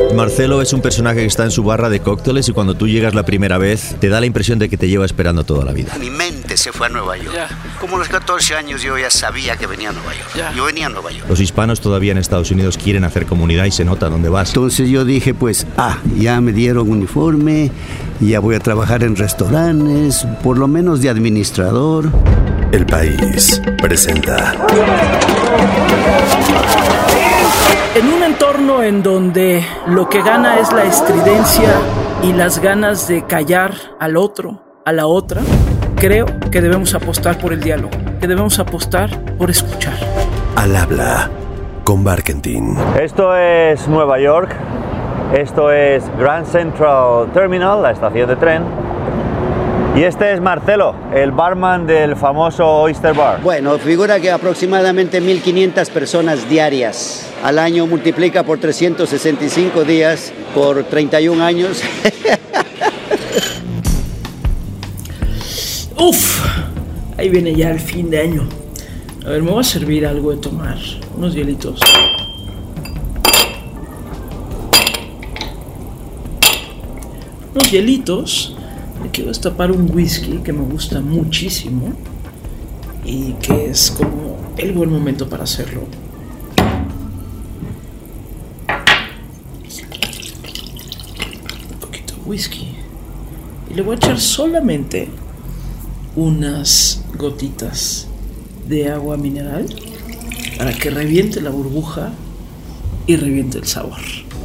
Marcelo es un personaje que está en su barra de cócteles y cuando tú llegas la primera vez te da la impresión de que te lleva esperando toda la vida. Mi mente se fue a Nueva York. Como a los 14 años yo ya sabía que venía a Nueva York. Yo venía a Nueva York. Los hispanos todavía en Estados Unidos quieren hacer comunidad y se nota dónde vas. Entonces yo dije, pues, ya me dieron uniforme, ya voy a trabajar en restaurantes, por lo menos de administrador. El País presenta. En un entorno en donde lo que gana es la estridencia y las ganas de callar al otro, a la otra, creo que debemos apostar por el diálogo, que debemos apostar por escuchar. Al habla con Barkentin. Esto es Nueva York, esto es Grand Central Terminal, la estación de tren. Y este es Marcelo, el barman del famoso Oyster Bar. Bueno, figura que aproximadamente 1.500 personas diarias. Al año multiplica por 365 días, por 31 años. ¡Uf! Ahí viene ya el fin de año. A ver, me voy a servir algo de tomar. Unos hielitos. Unos hielitos. Me quiero destapar un whisky que me gusta muchísimo y que es como el buen momento para hacerlo. Un poquito de whisky y le voy a echar solamente unas gotitas de agua mineral para que reviente la burbuja y reviente el sabor.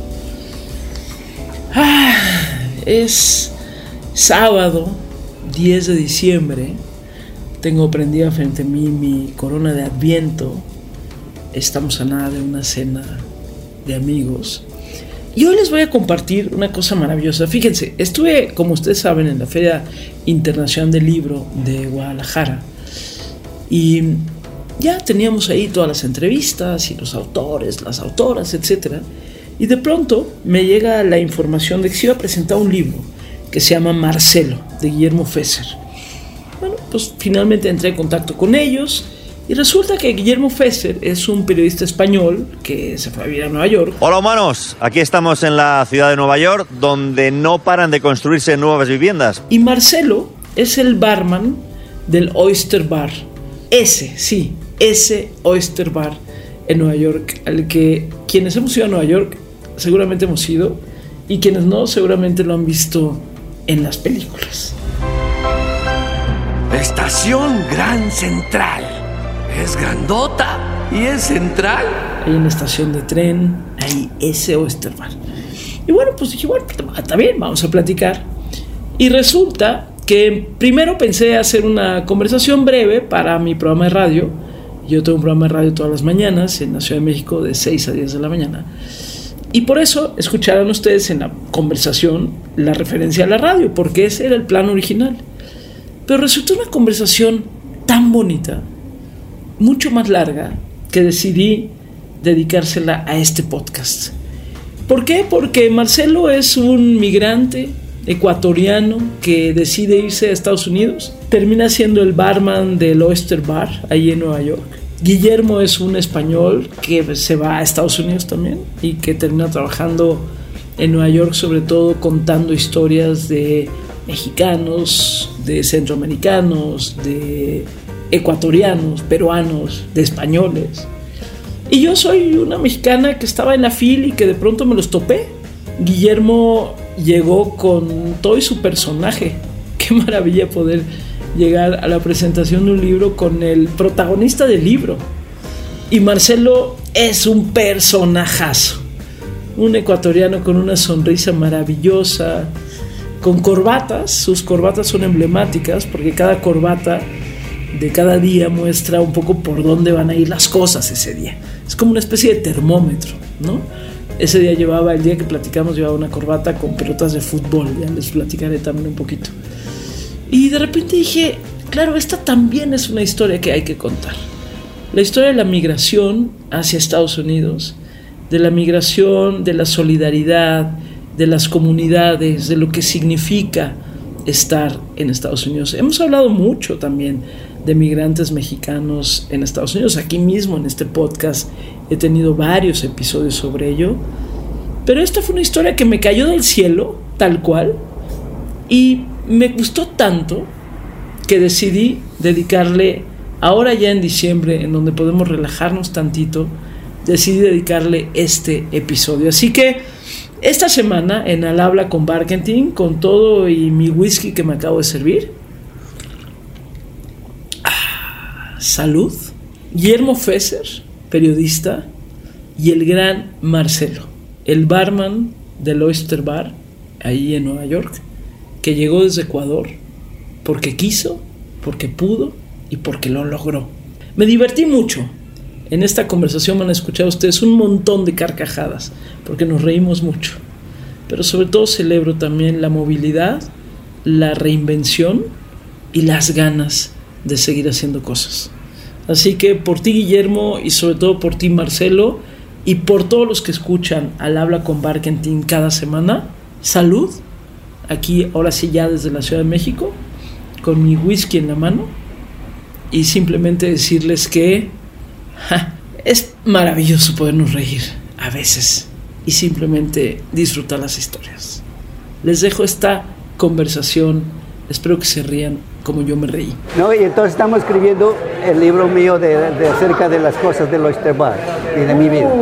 Es sábado 10 de diciembre. Tengo prendida frente a mí mi corona de Adviento. Estamos a nada de una cena de amigos. Y hoy les voy a compartir una cosa maravillosa. Fíjense, estuve, como ustedes saben, en la Feria Internacional del Libro de Guadalajara. Y ya teníamos ahí todas las entrevistas y los autores, las autoras, etc. Y de pronto me llega la información de que se iba a presentar un libro que se llama Marcelo, de Guillermo Fesser. Bueno, pues finalmente entré en contacto con ellos y resulta que Guillermo Fesser es un periodista español que se fue a vivir a Nueva York. Hola humanos, aquí estamos en la ciudad de Nueva York, donde no paran de construirse nuevas viviendas. Y Marcelo es el barman del Oyster Bar. Ese Oyster Bar en Nueva York, al que quienes hemos ido a Nueva York seguramente hemos ido y quienes no seguramente lo han visto en las películas. Estación Gran Central. Es grandota y es central. Hay una estación de tren, hay ese Oyster Bar. Y bueno, pues dije, bueno, está bien, vamos a platicar. Y resulta que primero pensé hacer una conversación breve para mi programa de radio. Yo tengo un programa de radio todas las mañanas en la Ciudad de México de 6 a 10 de la mañana. Y por eso escucharon ustedes en la conversación la referencia a la radio, porque ese era el plan original. Pero resultó una conversación tan bonita, mucho más larga, que decidí dedicársela a este podcast. ¿Por qué? Porque Marcelo es un migrante ecuatoriano que decide irse a Estados Unidos. Termina siendo el barman del Oyster Bar, ahí en Nueva York. Guillermo es un español que se va a Estados Unidos también y que termina trabajando en Nueva York, sobre todo contando historias de mexicanos, de centroamericanos, de ecuatorianos, peruanos, de españoles. Y yo soy una mexicana que estaba en la fila y que de pronto me los topé. Guillermo llegó con todo y su personaje. Qué maravilla poder llegar a la presentación de un libro con el protagonista del libro. Y Marcelo es un personajazo, un ecuatoriano con una sonrisa maravillosa, con corbatas. Sus corbatas son emblemáticas porque cada corbata de cada día muestra un poco por dónde van a ir las cosas ese día. Es como una especie de termómetro, ¿no? Ese día el día que platicamos, llevaba una corbata con pelotas de fútbol. Ya les platicaré también un poquito. Y de repente dije, claro, esta también es una historia que hay que contar. La historia de la migración hacia Estados Unidos, de la migración, de la solidaridad, de las comunidades, de lo que significa estar en Estados Unidos. Hemos hablado mucho también de migrantes mexicanos en Estados Unidos. Aquí mismo en este podcast he tenido varios episodios sobre ello. Pero esta fue una historia que me cayó del cielo, tal cual, y me gustó tanto que decidí dedicarle, ahora ya en diciembre, en donde podemos relajarnos tantito, decidí dedicarle este episodio. Así que esta semana en Al Habla con Barkentin, con todo y mi whisky que me acabo de servir, salud, Guillermo Fesser, periodista, y el gran Marcelo, el barman del Oyster Bar, ahí en Nueva York, que llegó desde Ecuador porque quiso, porque pudo y porque lo logró. Me divertí mucho. En esta conversación van a escuchar ustedes un montón de carcajadas, porque nos reímos mucho. Pero sobre todo celebro también la movilidad, la reinvención y las ganas de seguir haciendo cosas. Así que por ti, Guillermo, y sobre todo por ti, Marcelo, y por todos los que escuchan Al Habla con Barkentin cada semana, salud. Aquí, ahora sí, ya desde la Ciudad de México, con mi whisky en la mano, y simplemente decirles que es maravilloso podernos reír a veces y simplemente disfrutar las historias. Les dejo esta conversación, espero que se rían como yo me reí. No, y entonces estamos escribiendo el libro mío de acerca de las cosas del Oyster Bar y de mi vida.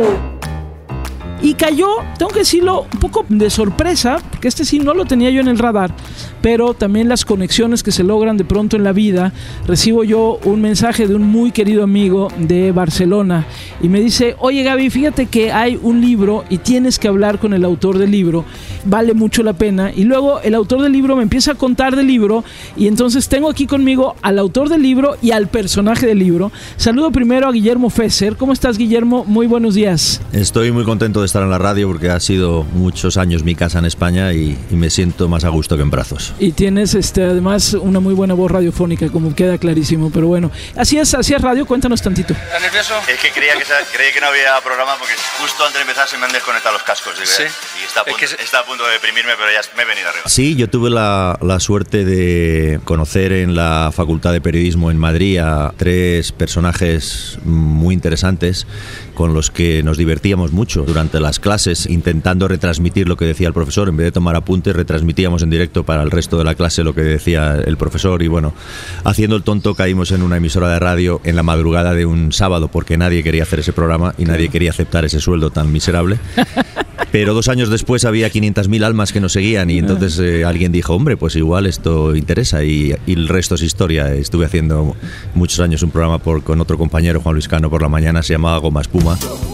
Y cayó, tengo que decirlo, un poco de sorpresa, porque este sí no lo tenía yo en el radar, pero también las conexiones que se logran de pronto en la vida. Recibo yo un mensaje de un muy querido amigo de Barcelona y me dice: oye Gaby, fíjate que hay un libro y tienes que hablar con el autor del libro, vale mucho la pena. Y luego el autor del libro me empieza a contar del libro, y entonces tengo aquí conmigo al autor del libro y al personaje del libro. Saludo primero a Guillermo Fesser. ¿Cómo estás, Guillermo? Muy buenos días. Estoy muy contento de estar en la radio porque ha sido muchos años mi casa en España y me siento más a gusto que en brazos. Y tienes además una muy buena voz radiofónica, como queda clarísimo. Pero bueno, hacías radio, cuéntanos tantito. ¿Estás nervioso? Es que creí que no había programa porque justo antes de empezar se me han desconectado los cascos. Sí. Y está a punto de deprimirme, pero ya me he venido arriba. Sí, yo tuve la suerte de conocer en la Facultad de Periodismo en Madrid a 3 personajes muy interesantes con los que nos divertíamos mucho durante las clases, intentando retransmitir lo que decía el profesor. En vez de tomar apuntes, retransmitíamos en directo para el resto de la clase lo que decía el profesor. Y bueno, haciendo el tonto caímos en una emisora de radio en la madrugada de un sábado porque nadie quería hacer ese programa y nadie quería aceptar ese sueldo tan miserable. Pero 2 años después había 500.000 almas que nos seguían y entonces alguien dijo: hombre, pues igual esto interesa, y el resto es historia. Estuve haciendo muchos años un programa con otro compañero, Juan Luis Cano, por la mañana, se llamaba Goma Espuma.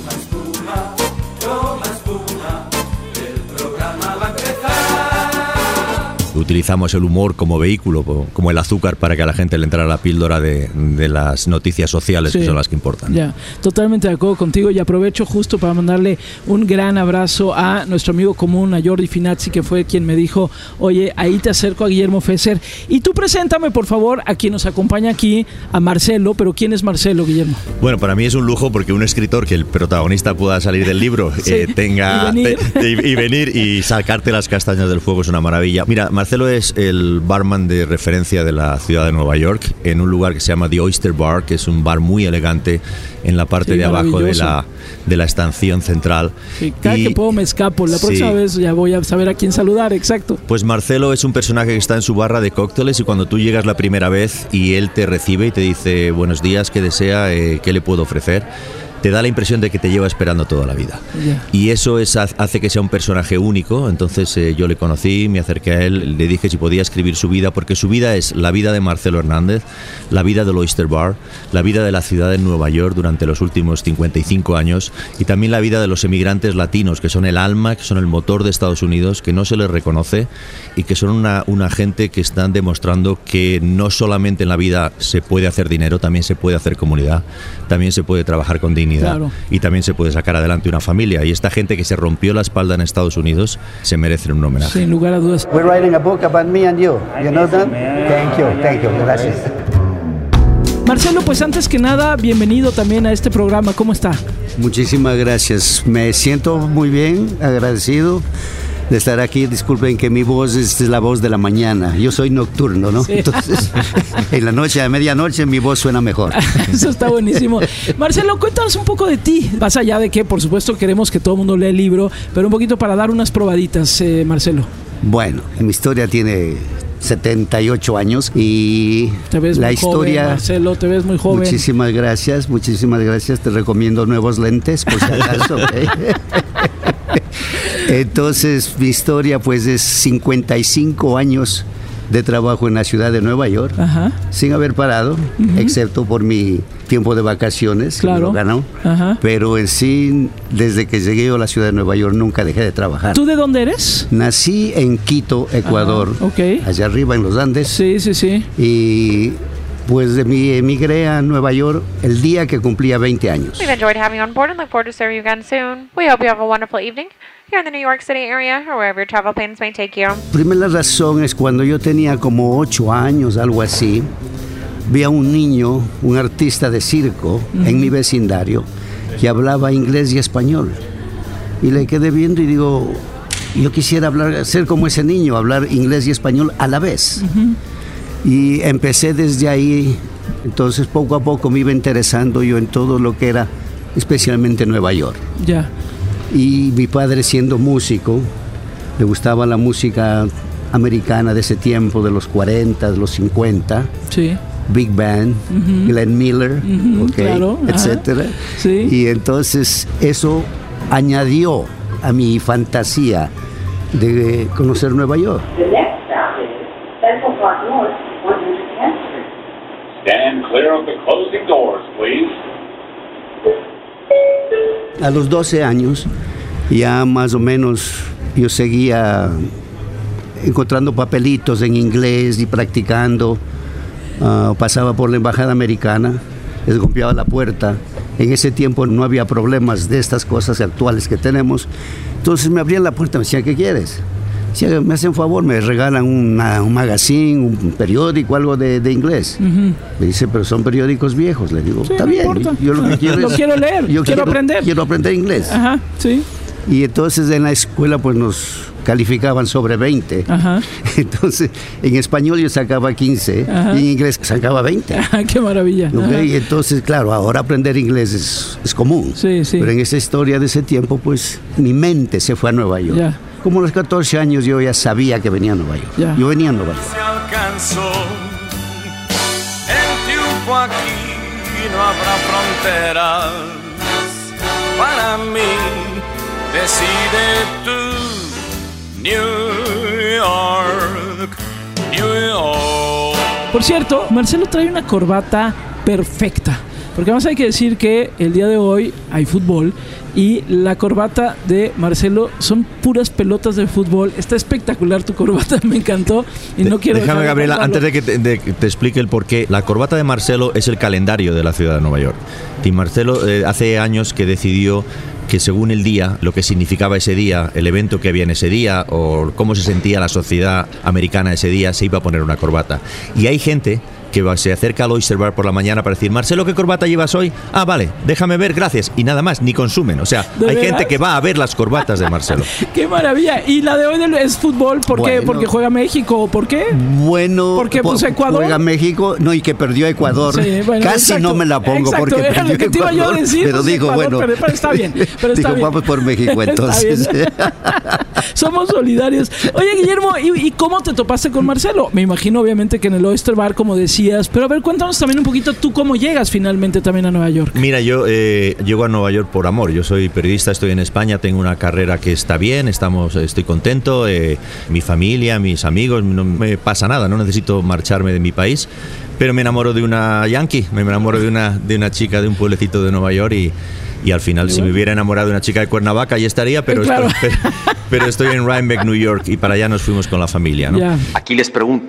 Utilizamos el humor como vehículo, como el azúcar, para que a la gente le entrara la píldora de las noticias sociales, sí, que son las que importan. Ya, totalmente de acuerdo contigo, y aprovecho justo para mandarle un gran abrazo a nuestro amigo común, a Jordi Finazzi, que fue quien me dijo: oye, ahí te acerco a Guillermo Fesser. Y tú preséntame, por favor, a quien nos acompaña aquí, a Marcelo. Pero ¿quién es Marcelo, Guillermo? Bueno, para mí es un lujo porque un escritor, que el protagonista pueda salir del libro, sí, y venir y sacarte las castañas del fuego, es una maravilla. Mira, Marcelo es el barman de referencia de la ciudad de Nueva York, en un lugar que se llama The Oyster Bar, que es un bar muy elegante en la parte de abajo de la estación central. Sí, cada que puedo me escapo. La próxima vez ya voy a saber a quién saludar, exacto. Pues Marcelo es un personaje que está en su barra de cócteles, y cuando tú llegas la primera vez y él te recibe y te dice: buenos días, ¿qué desea? ¿Qué le puedo ofrecer?, te da la impresión de que te lleva esperando toda la vida. Yeah. Y eso hace que sea un personaje único. Entonces yo le conocí, me acerqué a él, le dije si podía escribir su vida, porque su vida es la vida de Marcelo Hernández, la vida del Oyster Bar, la vida de la ciudad de Nueva York durante los últimos 55 años, y también la vida de los emigrantes latinos, que son el alma, que son el motor de Estados Unidos, que no se les reconoce, y que son una gente que están demostrando que no solamente en la vida se puede hacer dinero, también se puede hacer comunidad, también se puede trabajar con dignidad. Claro. Y también se puede sacar adelante una familia. Y esta gente que se rompió la espalda en Estados Unidos se merecen un homenaje. Sin lugar a dudas. We're writing a book about me and you. You know that? Thank you. Gracias. Marcelo, pues antes que nada, bienvenido también a este programa. ¿Cómo está? Muchísimas gracias. Me siento muy bien, agradecido. de estar aquí. Disculpen que mi voz es la voz de la mañana. Yo soy nocturno, ¿no? Sí. Entonces, en la noche, a medianoche, mi voz suena mejor. Eso está buenísimo. Marcelo, cuéntanos un poco de ti. Más allá de que, por supuesto, queremos que todo el mundo lea el libro, pero un poquito para dar unas probaditas, Marcelo. Bueno, mi historia tiene 78 años y te ves la muy historia... joven, Marcelo, te ves muy joven. Muchísimas gracias. Te recomiendo nuevos lentes, por si acaso. Entonces, mi historia pues es 55 años de trabajo en la ciudad de Nueva York, ajá, sin haber parado, excepto por mi tiempo de vacaciones, claro, que me lo ganó. Pero en sí, desde que llegué a la ciudad de Nueva York, nunca dejé de trabajar. ¿Tú de dónde eres? Nací en Quito, Ecuador, okay, allá arriba en los Andes. Sí. Y pues emigré a Nueva York el día que cumplía 20 años. We've enjoyed having you on board and look forward to serving you again soon. We hope you have a wonderful evening here in the New York City area or wherever your travel plans may take you. Primera razón es cuando yo tenía como 8 años, algo así, vi a un niño, un artista de circo en mi vecindario que hablaba inglés y español. Y le quedé viendo y digo, yo quisiera ser como ese niño, hablar inglés y español a la vez. Y empecé desde ahí. Entonces poco a poco me iba interesando yo en todo lo que era especialmente Nueva York. Ya. Y mi padre, siendo músico, le gustaba la música americana de ese tiempo, de los 40, de los 50. Sí. Big Band, Glenn Miller, claro, etcétera. Sí. Y entonces eso añadió a mi fantasía de conocer Nueva York. The next stop is Central Park North, 110th Street. Stand clear of the closing doors, please. A los 12 años, ya más o menos yo seguía encontrando papelitos en inglés y practicando. Pasaba por la embajada americana, les golpeaba la puerta. En ese tiempo no había problemas de estas cosas actuales que tenemos. Entonces me abrían la puerta, me decían, ¿qué quieres? Decía, me hacen favor, me regalan un magazine, un periódico, algo de inglés. Me dice, pero son periódicos viejos. Le digo, sí, está no bien, importa. yo lo que quiero lo es... quiero leer, quiero aprender. Quiero aprender inglés. Ajá, sí. Y entonces en la escuela pues nos calificaban sobre 20. Ajá. Entonces en español yo sacaba 15. Ajá. Y en inglés sacaba 20. Ajá, qué maravilla. Okay. Entonces claro, ahora aprender inglés es común. Sí. Pero en esa historia de ese tiempo pues mi mente se fue a Nueva York. Ya. Como a los 14 años yo ya sabía que venía a Nueva York. Ya. Yo venía a Nueva York. Se alcanzó el triunfo aquí, no habrá fronteras para mí. Decide tú, New York, New York. Por cierto, Marcelo trae una corbata perfecta. Porque además hay que decir que el día de hoy hay fútbol y la corbata de Marcelo son puras pelotas de fútbol. Está espectacular tu corbata, me encantó y no quiero... Déjame, Gabriela, antes de que te explique el porqué. La corbata de Marcelo es el calendario de la ciudad de Nueva York. Y Marcelo hace años que decidió que según el día, lo que significaba ese día, el evento que había en ese día o cómo se sentía la sociedad americana ese día, se iba a poner una corbata. Y hay gente que se acerca al Oyster Bar por la mañana para decir, Marcelo, ¿qué corbata llevas hoy? Ah, vale, déjame ver, gracias. Y nada más, ni consumen. O sea, hay gente que va a ver las corbatas de Marcelo. ¡Qué maravilla! ¿Y la de hoy es fútbol? ¿Por qué? ¿Porque juega México? ¿Por qué? Bueno, porque pues Ecuador juega México, no, y que perdió Ecuador. Sí, bueno, casi exacto, no me la pongo exacto, porque era perdió lo que te iba yo a decir, pero pues, digo, Ecuador, bueno, pero está bien. Pero está bien. Vamos por México entonces. Somos solidarios. Oye, Guillermo, ¿y cómo te topaste con Marcelo? Me imagino obviamente que en el Oyster Bar, como decías, pero a ver, cuéntanos también un poquito tú cómo llegas finalmente también a Nueva York. Mira, yo llego a Nueva York por amor. Yo soy periodista, estoy en España, tengo una carrera que está bien, estoy contento, mi familia, mis amigos, no me pasa nada, no necesito marcharme de mi país, pero me enamoro de una yankee, me enamoro de una chica de un pueblecito de Nueva York y al final, si me hubiera enamorado de una chica de Cuernavaca, ya estaría, pero, claro. pero estoy en Rhinebeck, New York, y para allá nos fuimos con la familia, ¿no? Yeah. Aquí les pregunto,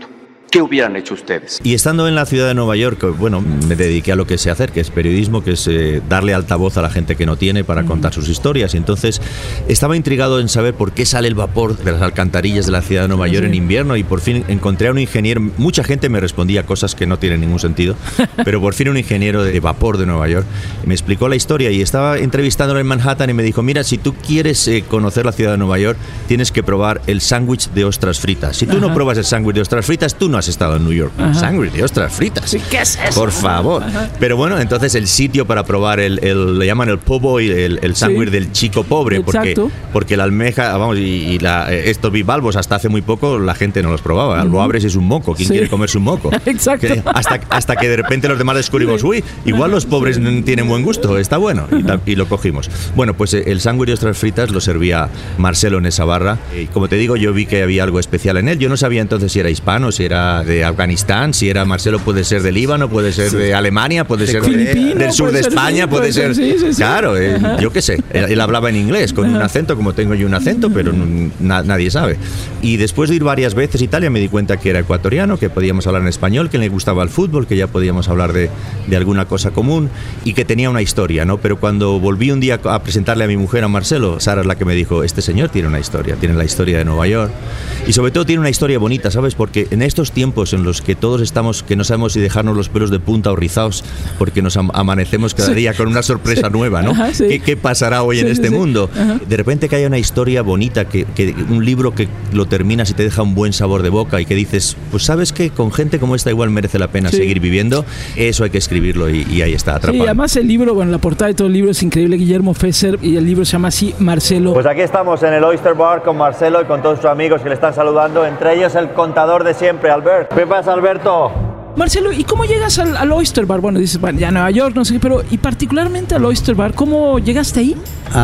¿qué hubieran hecho ustedes? Y estando en la ciudad de Nueva York, bueno, me dediqué a lo que sé hacer, que es periodismo, que es darle altavoz a la gente que no tiene para contar sus historias. Y entonces estaba intrigado en saber por qué sale el vapor de las alcantarillas de la ciudad de Nueva York en invierno, y por fin encontré a un ingeniero. Mucha gente me respondía cosas que no tienen ningún sentido, pero por fin un ingeniero de vapor de Nueva York me explicó la historia, y estaba entrevistándolo en Manhattan y me dijo: mira, si tú quieres conocer la ciudad de Nueva York, tienes que probar el sándwich de ostras fritas. Si tú no pruebas el sándwich de ostras fritas, tú no has estado en New York. Sándwich de ostras fritas. ¿Qué es eso? Por favor. Pero bueno, entonces el sitio para probar le llaman el po' boy, el sándwich del chico pobre, porque la almeja, vamos, y estos bivalvos hasta hace muy poco la gente no los probaba. Lo abres y es un moco. ¿Quién quiere comerse un moco? Exacto. Hasta que de repente los demás descubrimos, uy, igual los pobres tienen buen gusto, está bueno, y lo cogimos. Bueno, pues el sándwich de ostras fritas lo servía Marcelo en esa barra, y como te digo, yo vi que había algo especial en él. Yo no sabía entonces si era hispano, si era de Afganistán, si era Marcelo, puede ser del Líbano, puede ser de Alemania, puede ser del sur de España, puede ser. Claro, yo qué sé. Él hablaba en inglés con un acento, como tengo yo un acento, pero nadie sabe. Y después de ir varias veces a Italia me di cuenta que era ecuatoriano, que podíamos hablar en español, que le gustaba el fútbol, que ya podíamos hablar de alguna cosa común, y que tenía una historia, ¿no? Pero cuando volví un día a presentarle a mi mujer, a Marcelo, Sara es la que me dijo: este señor tiene una historia, tiene la historia de Nueva York, y sobre todo tiene una historia bonita, ¿sabes? Porque en estos tiempos en los que todos estamos, que no sabemos si dejarnos los pelos de punta o rizados, porque nos amanecemos cada día con una sorpresa nueva, ¿no? ¿Qué pasará hoy en este mundo? De repente que haya una historia bonita, que un libro que lo terminas y te deja un buen sabor de boca, y que dices, pues ¿sabes qué? Con gente como esta igual merece la pena seguir viviendo. Eso hay que escribirlo, y ahí está, atrapado. Sí, además el libro, bueno, la portada de todo el libro es increíble, Guillermo Fesser, y el libro se llama así, Marcelo. Pues aquí estamos en el Oyster Bar con Marcelo y con todos sus amigos que le están saludando, entre ellos el contador de siempre, Albert. ¿Qué pasa, Alberto? Marcelo, ¿y cómo llegas al Oyster Bar? Bueno, dices, bueno, ya Nueva York, no sé qué, pero y particularmente al Oyster Bar, ¿cómo llegaste ahí?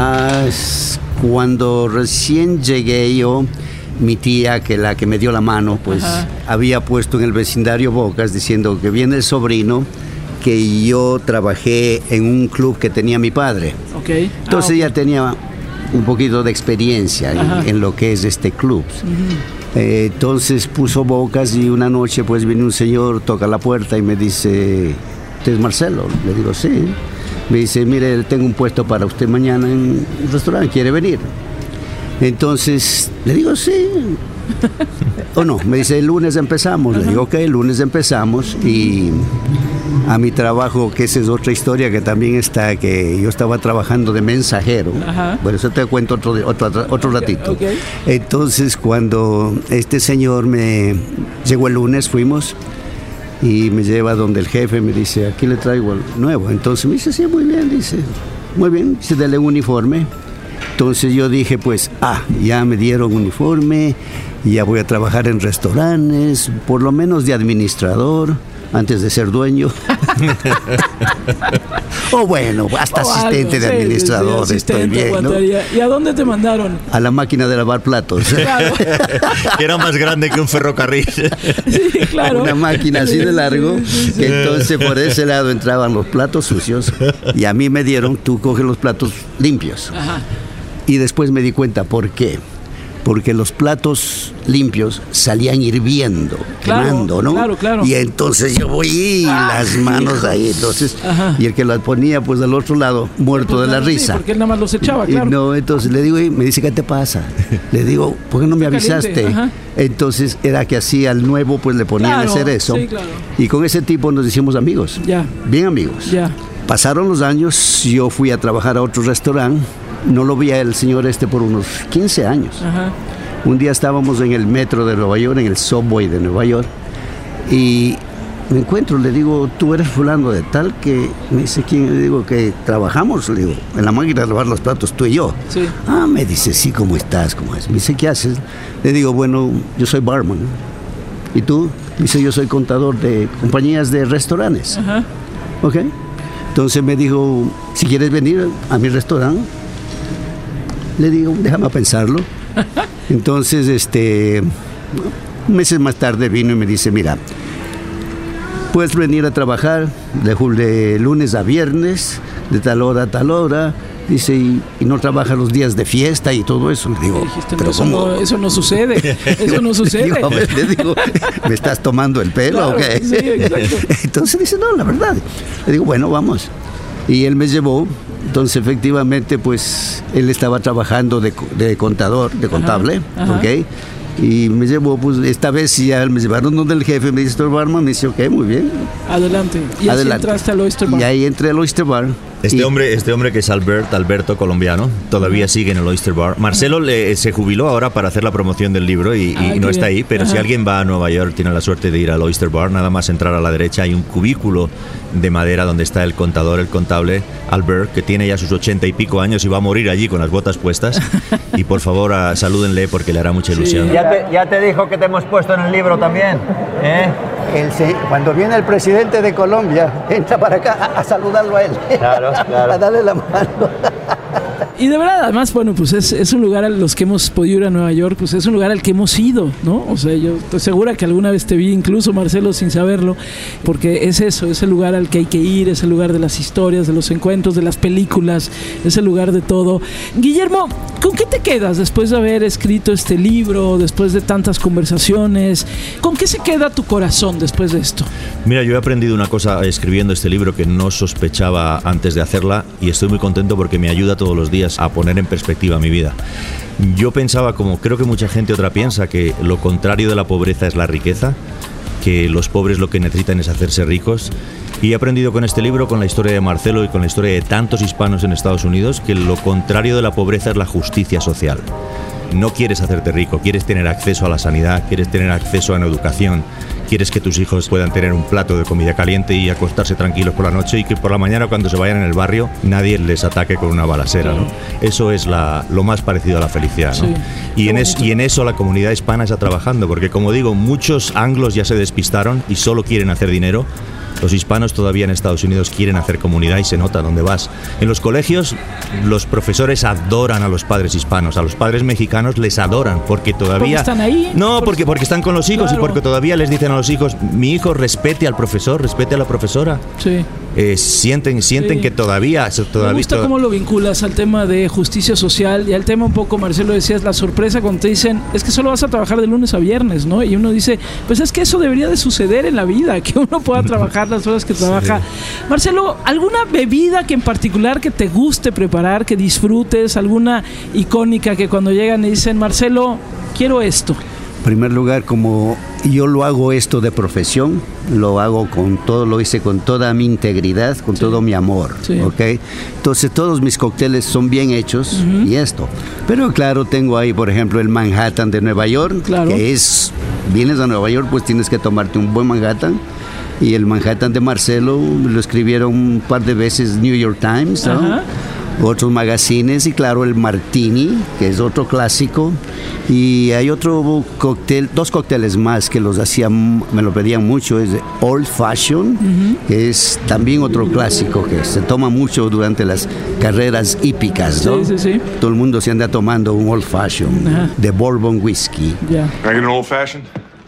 Cuando recién llegué yo, mi tía, que la que me dio la mano, pues había puesto en el vecindario bocas diciendo que viene el sobrino, que yo trabajé en un club que tenía mi padre. Entonces ella tenía un poquito de experiencia en lo que es este club. Entonces puso bocas, y una noche pues viene un señor, toca la puerta y me dice: ¿usted es Marcelo? Le digo, sí. Me dice: mire, tengo un puesto para usted mañana en un restaurante, ¿quiere venir? Entonces le digo, sí. O no, me dice, el lunes empezamos. Le digo, ok, el lunes empezamos. Y a mi trabajo, que esa es otra historia que también está, que yo estaba trabajando de mensajero. Bueno, eso te cuento otro ratito. Entonces, cuando este señor me llegó el lunes, fuimos, y me lleva donde el jefe, me dice, aquí le traigo el nuevo. Entonces me dice, sí, muy bien, dice, muy bien, dice, dele un uniforme. Entonces yo dije, pues, ya me dieron uniforme, ya voy a trabajar en restaurantes, por lo menos de administrador, antes de ser dueño. O bueno, hasta asistente de administrador, estoy bien, ¿no? ¿Y a dónde te mandaron? A la máquina de lavar platos. Claro. Que era más grande que un ferrocarril. Sí, claro. Una máquina así de largo, que entonces por ese lado entraban los platos sucios, y a mí me dieron, tú coges los platos limpios. Y después me di cuenta, ¿por qué? Porque los platos limpios salían hirviendo, quemando, ¿no? Claro. Y entonces yo voy las manos ahí, entonces, y el que las ponía pues al otro lado, muerto de la risa. Porque él nada más los echaba, claro. No, entonces le digo, y me dice, ¿qué te pasa? Le digo, ¿por qué no me avisaste? Entonces era que así al nuevo pues le ponían a hacer eso. Y con ese tipo nos hicimos amigos. Bien amigos. Pasaron los años, yo fui a trabajar a otro restaurante. No lo vi a el señor por unos 15 años. Un día estábamos en el metro de Nueva York, en el subway de Nueva York, y me encuentro, le digo, tú eres fulano de tal, que me dice, ¿quién? Le digo, que trabajamos, le digo, en la máquina de lavar los platos, tú y yo. Me dice, sí, ¿cómo estás? ¿Cómo es? Me dice, ¿qué haces? Le digo, bueno, yo soy barman. ¿Y tú? Me dice, yo soy contador de compañías de restaurantes. ¿Ok? Entonces me dijo, si quieres venir a mi restaurante. Le digo, déjame pensarlo. Entonces, meses más tarde vino y me dice, mira, puedes venir a trabajar de lunes a viernes, de tal hora a tal hora, Dice, y no trabaja los días de fiesta y todo eso. Le digo, dijiste, pero eso no sucede. Eso no sucede. Le digo, ¿me estás tomando el pelo claro, o qué? Sí, exacto. Entonces dice, no, la verdad. Le digo, bueno, vamos. Y él me llevó. Entonces, efectivamente, pues, él estaba trabajando de contable, ajá. ¿ok? Y me llevó, pues, esta vez ya me llevaron donde el jefe me dice, Mr. Barman, me dice, ok, muy bien. Adelante. Y así entraste al Oyster Bar. Y ahí entré al Oyster Bar. Este hombre que es Alberto, colombiano, todavía sigue en el Oyster Bar. Marcelo se jubiló ahora para hacer la promoción del libro y no está ahí, pero si alguien va a Nueva York, tiene la suerte de ir al Oyster Bar, nada más entrar a la derecha hay un cubículo de madera donde está el contable, Albert, que tiene ya sus 80 y pico años y va a morir allí con las botas puestas. Y por favor, salúdenle porque le hará mucha ilusión. Sí. ¿Ya te dijo que te hemos puesto en el libro también? Cuando viene el presidente de Colombia, entra para acá a saludarlo a él. Claro. A darle la mano. Y de verdad, además, bueno, pues es un lugar a los que hemos podido ir a Nueva York, pues es un lugar al que hemos ido, ¿no? O sea, yo estoy segura que alguna vez te vi, incluso Marcelo, sin saberlo, porque es eso, es el lugar al que hay que ir, es el lugar de las historias, de los encuentros, de las películas, es el lugar de todo. Guillermo, ¿con qué te quedas después de haber escrito este libro, después de tantas conversaciones? ¿Con qué se queda tu corazón después de esto? Mira, yo he aprendido una cosa escribiendo este libro que no sospechaba antes de hacerla y estoy muy contento porque me ayuda todos los días a poner en perspectiva mi vida. Yo pensaba, como creo que mucha gente otra piensa, que lo contrario de la pobreza es la riqueza, que los pobres lo que necesitan es hacerse ricos. Y he aprendido con este libro, con la historia de Marcelo y con la historia de tantos hispanos en Estados Unidos, que lo contrario de la pobreza es la justicia social. No quieres hacerte rico, quieres tener acceso a la sanidad, quieres tener acceso a una educación, quieres que tus hijos puedan tener un plato de comida caliente y acostarse tranquilos por la noche y que por la mañana cuando se vayan en el barrio nadie les ataque con una balacera, ¿no? Eso es lo más parecido a la felicidad, ¿no? Sí. Y en eso la comunidad hispana está trabajando, porque como digo, muchos anglos ya se despistaron y solo quieren hacer dinero. Los hispanos todavía en Estados Unidos quieren hacer comunidad y se nota donde vas. En los colegios los profesores adoran a los padres hispanos, a los padres mexicanos les adoran porque todavía... ¿Porque están ahí? No, porque están con los hijos, claro. Y porque todavía les dicen a los hijos, mi hijo respete al profesor, respete a la profesora. Sí. Sienten Sí. que todavía... Me gusta cómo lo vinculas al tema de justicia social y al tema un poco, Marcelo, decías, la sorpresa cuando te dicen, es que solo vas a trabajar de lunes a viernes, ¿no? Y uno dice, pues es que eso debería de suceder en la vida, que uno pueda trabajar las horas que trabaja. Sí. Marcelo, ¿alguna bebida que en particular que te guste preparar, que disfrutes, alguna icónica que cuando llegan y dicen, Marcelo, quiero esto? En primer lugar, como yo lo hago esto de profesión, lo hago lo hice con toda mi integridad, con todo mi amor, ¿ok? Entonces todos mis cócteles son bien hechos y esto. Pero claro, tengo ahí, por ejemplo, el Manhattan de Nueva York, que vienes a Nueva York, pues tienes que tomarte un buen Manhattan. Y el Manhattan de Marcelo lo escribieron un par de veces New York Times, ¿no? Otros magazines, y claro, el Martini, que es otro clásico. Y hay otro cóctel, 2 cócteles más que me lo pedían mucho, es Old Fashion, que es también otro clásico que se toma mucho durante las carreras hípicas, ¿no? Sí. Todo el mundo se anda tomando un Old Fashion de Bourbon Whiskey. Can I get an Old Fashioned?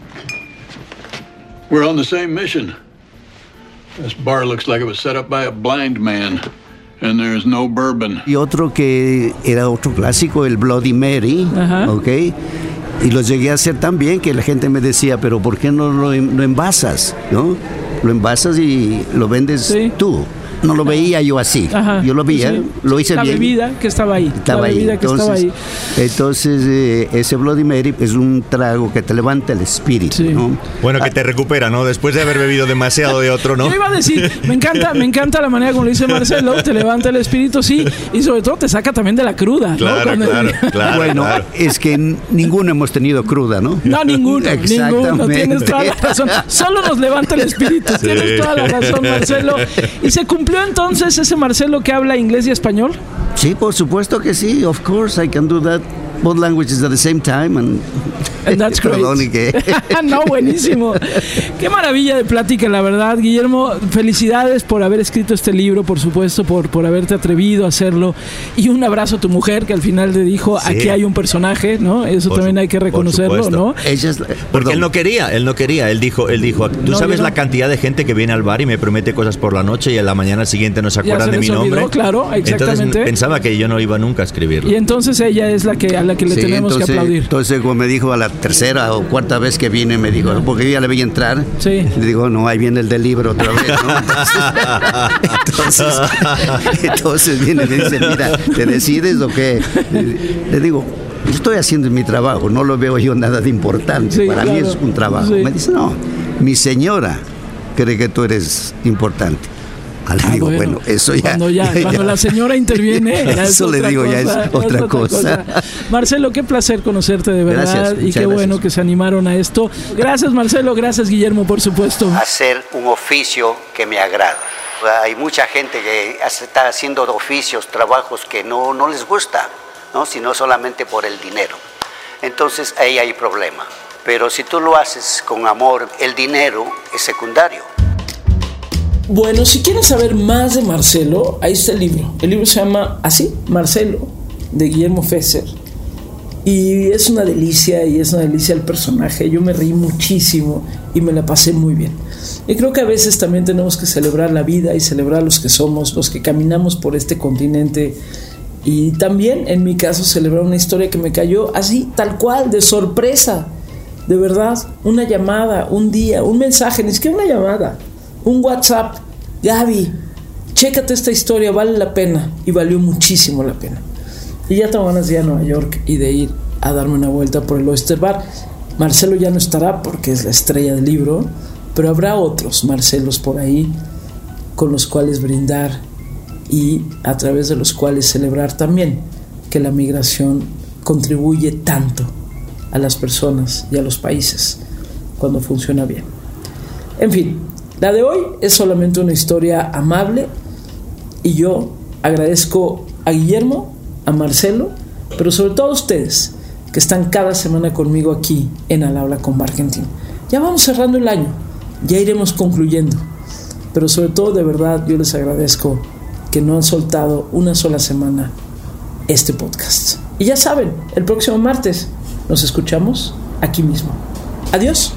We're on the same mission. This bar looks like it was set up by a blind man. And there's no bourbon. Y otro que era otro clásico, el Bloody Mary, ¿ok? Y lo llegué a hacer tan bien que la gente me decía, pero ¿por qué no lo envasas? ¿No? Lo envasas y lo vendes tú. No lo veía yo así. Yo lo veía, lo hice bien. La bebida que estaba ahí. Entonces, ese Bloody Mary es un trago que te levanta el espíritu, ¿no? Bueno, que te recupera, ¿no? Después de haber bebido demasiado de otro, ¿no? Yo iba a decir, me encanta la manera como lo dice Marcelo, te levanta el espíritu, sí, y sobre todo te saca también de la cruda, claro, ¿no? Claro. Bueno, es que ninguno hemos tenido cruda, ¿no? No, ninguno, tienes toda la razón. Solo nos levanta el espíritu, tienes toda la razón, Marcelo. Y se cumplió entonces ese Marcelo que habla inglés y español. Sí, por supuesto que sí, of course I can do that. both languages at the same time. And that's great. No, buenísimo. Qué maravilla de plática, la verdad, Guillermo. Felicidades por haber escrito este libro, por supuesto, por haberte atrevido a hacerlo. Y un abrazo a tu mujer, que al final te dijo, sí, aquí hay un personaje, ¿no? Eso también hay que reconocerlo, ¿no? Porque él no quería. Él dijo, tú no, sabes la cantidad de gente que viene al bar y me promete cosas por la noche y a la mañana siguiente no se acuerdan de mi nombre. Claro, exactamente. Entonces pensaba que yo no iba nunca a escribirlo. Y entonces ella es a la que le tenemos que aplaudir. Entonces, como me dijo a la tercera o cuarta vez que vine, me dijo, porque yo ya le veía entrar, le digo, no, ahí viene el del libro otra vez, ¿no? Entonces viene y me dice, mira, ¿te decides o qué? Le digo, yo estoy haciendo mi trabajo, no lo veo yo nada de importante, para mí es un trabajo. Me dice, no, mi señora cree que tú eres importante. Le digo, bueno, eso ya. Cuando la señora interviene, eso le digo, ya es otra cosa. Marcelo, qué placer conocerte de verdad. Gracias, y qué bueno que se animaron a esto. Gracias, Marcelo. Gracias, Guillermo, por supuesto. Hacer un oficio que me agrada. Hay mucha gente que está haciendo oficios, trabajos que no les gusta, ¿no? Sino solamente por el dinero. Entonces ahí hay problema. Pero si tú lo haces con amor, el dinero es secundario. Bueno, si quieren saber más de Marcelo, ahí está el libro. El libro se llama así, Marcelo, de Guillermo Fesser. Y es una delicia el personaje. Yo me reí muchísimo y me la pasé muy bien. Y creo que a veces también tenemos que celebrar la vida y celebrar los que somos, los que caminamos por este continente. Y también, en mi caso, celebrar una historia que me cayó así, tal cual, de sorpresa. De verdad, una llamada, un día, un mensaje, ni siquiera una llamada. Un WhatsApp, Gaby, chécate esta historia, vale la pena. Y valió muchísimo la pena. Y ya tengo ganas de ir a Nueva York y de ir a darme una vuelta por el Oyster Bar. Marcelo ya no estará porque es la estrella del libro, pero habrá otros Marcelos por ahí con los cuales brindar y a través de los cuales celebrar también que la migración contribuye tanto a las personas y a los países cuando funciona bien. En fin, la de hoy es solamente una historia amable y yo agradezco a Guillermo, a Marcelo, pero sobre todo a ustedes que están cada semana conmigo aquí en Al Habla con Barkentin. Ya vamos cerrando el año, ya iremos concluyendo, pero sobre todo de verdad yo les agradezco que no han soltado una sola semana este podcast. Y ya saben, el próximo martes nos escuchamos aquí mismo. Adiós.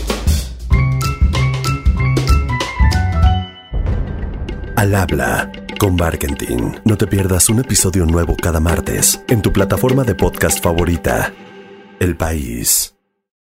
Al Habla con Barkentin. No te pierdas un episodio nuevo cada martes en tu plataforma de podcast favorita. El País.